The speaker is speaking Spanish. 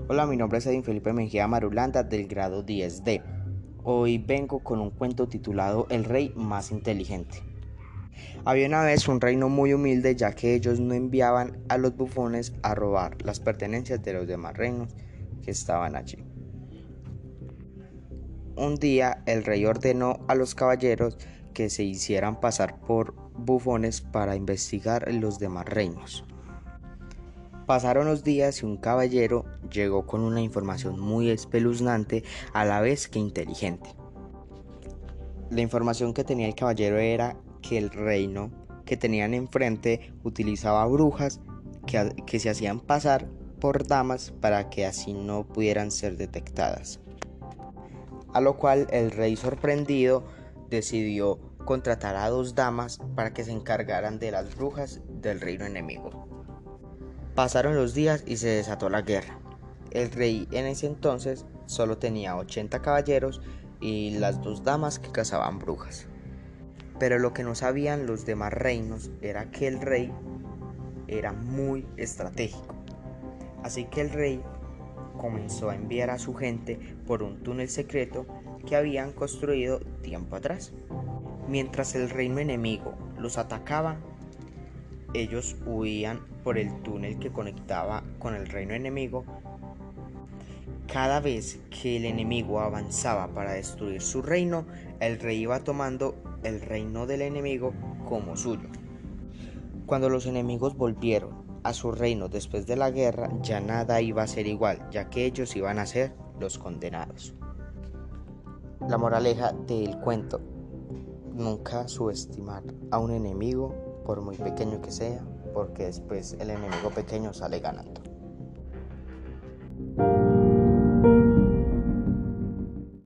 Hola, mi nombre es Edwin Felipe Mejía Marulanda del grado 10D. Hoy vengo con un cuento titulado El rey más inteligente. Había una vez un reino muy humilde, ya que ellos no enviaban a los bufones a robar las pertenencias de los demás reinos que estaban allí. Un día el rey ordenó a los caballeros que se hicieran pasar por bufones para investigar los demás reinos. Pasaron los días y un caballero llegó con una información muy espeluznante a la vez que inteligente. La información que tenía el caballero era que el reino que tenían enfrente utilizaba brujas que se hacían pasar por damas para que así no pudieran ser detectadas. A lo cual el rey, sorprendido, decidió contratar a 2 damas para que se encargaran de las brujas del reino enemigo. Pasaron los días y se desató la guerra. El rey en ese entonces solo tenía 80 caballeros y las 2 damas que cazaban brujas. Pero lo que no sabían los demás reinos era que el rey era muy estratégico. Así que el rey comenzó a enviar a su gente por un túnel secreto que habían construido tiempo atrás. Mientras el reino enemigo los atacaba, ellos huían por el túnel que conectaba con el reino enemigo. Cada vez que el enemigo avanzaba para destruir su reino, el rey iba tomando el reino del enemigo como suyo. Cuando los enemigos volvieron a su reino después de la guerra, ya nada iba a ser igual, ya que ellos iban a ser los condenados. La moraleja del cuento: nunca subestimar a un enemigo, por muy pequeño que sea, porque después el enemigo pequeño sale ganando.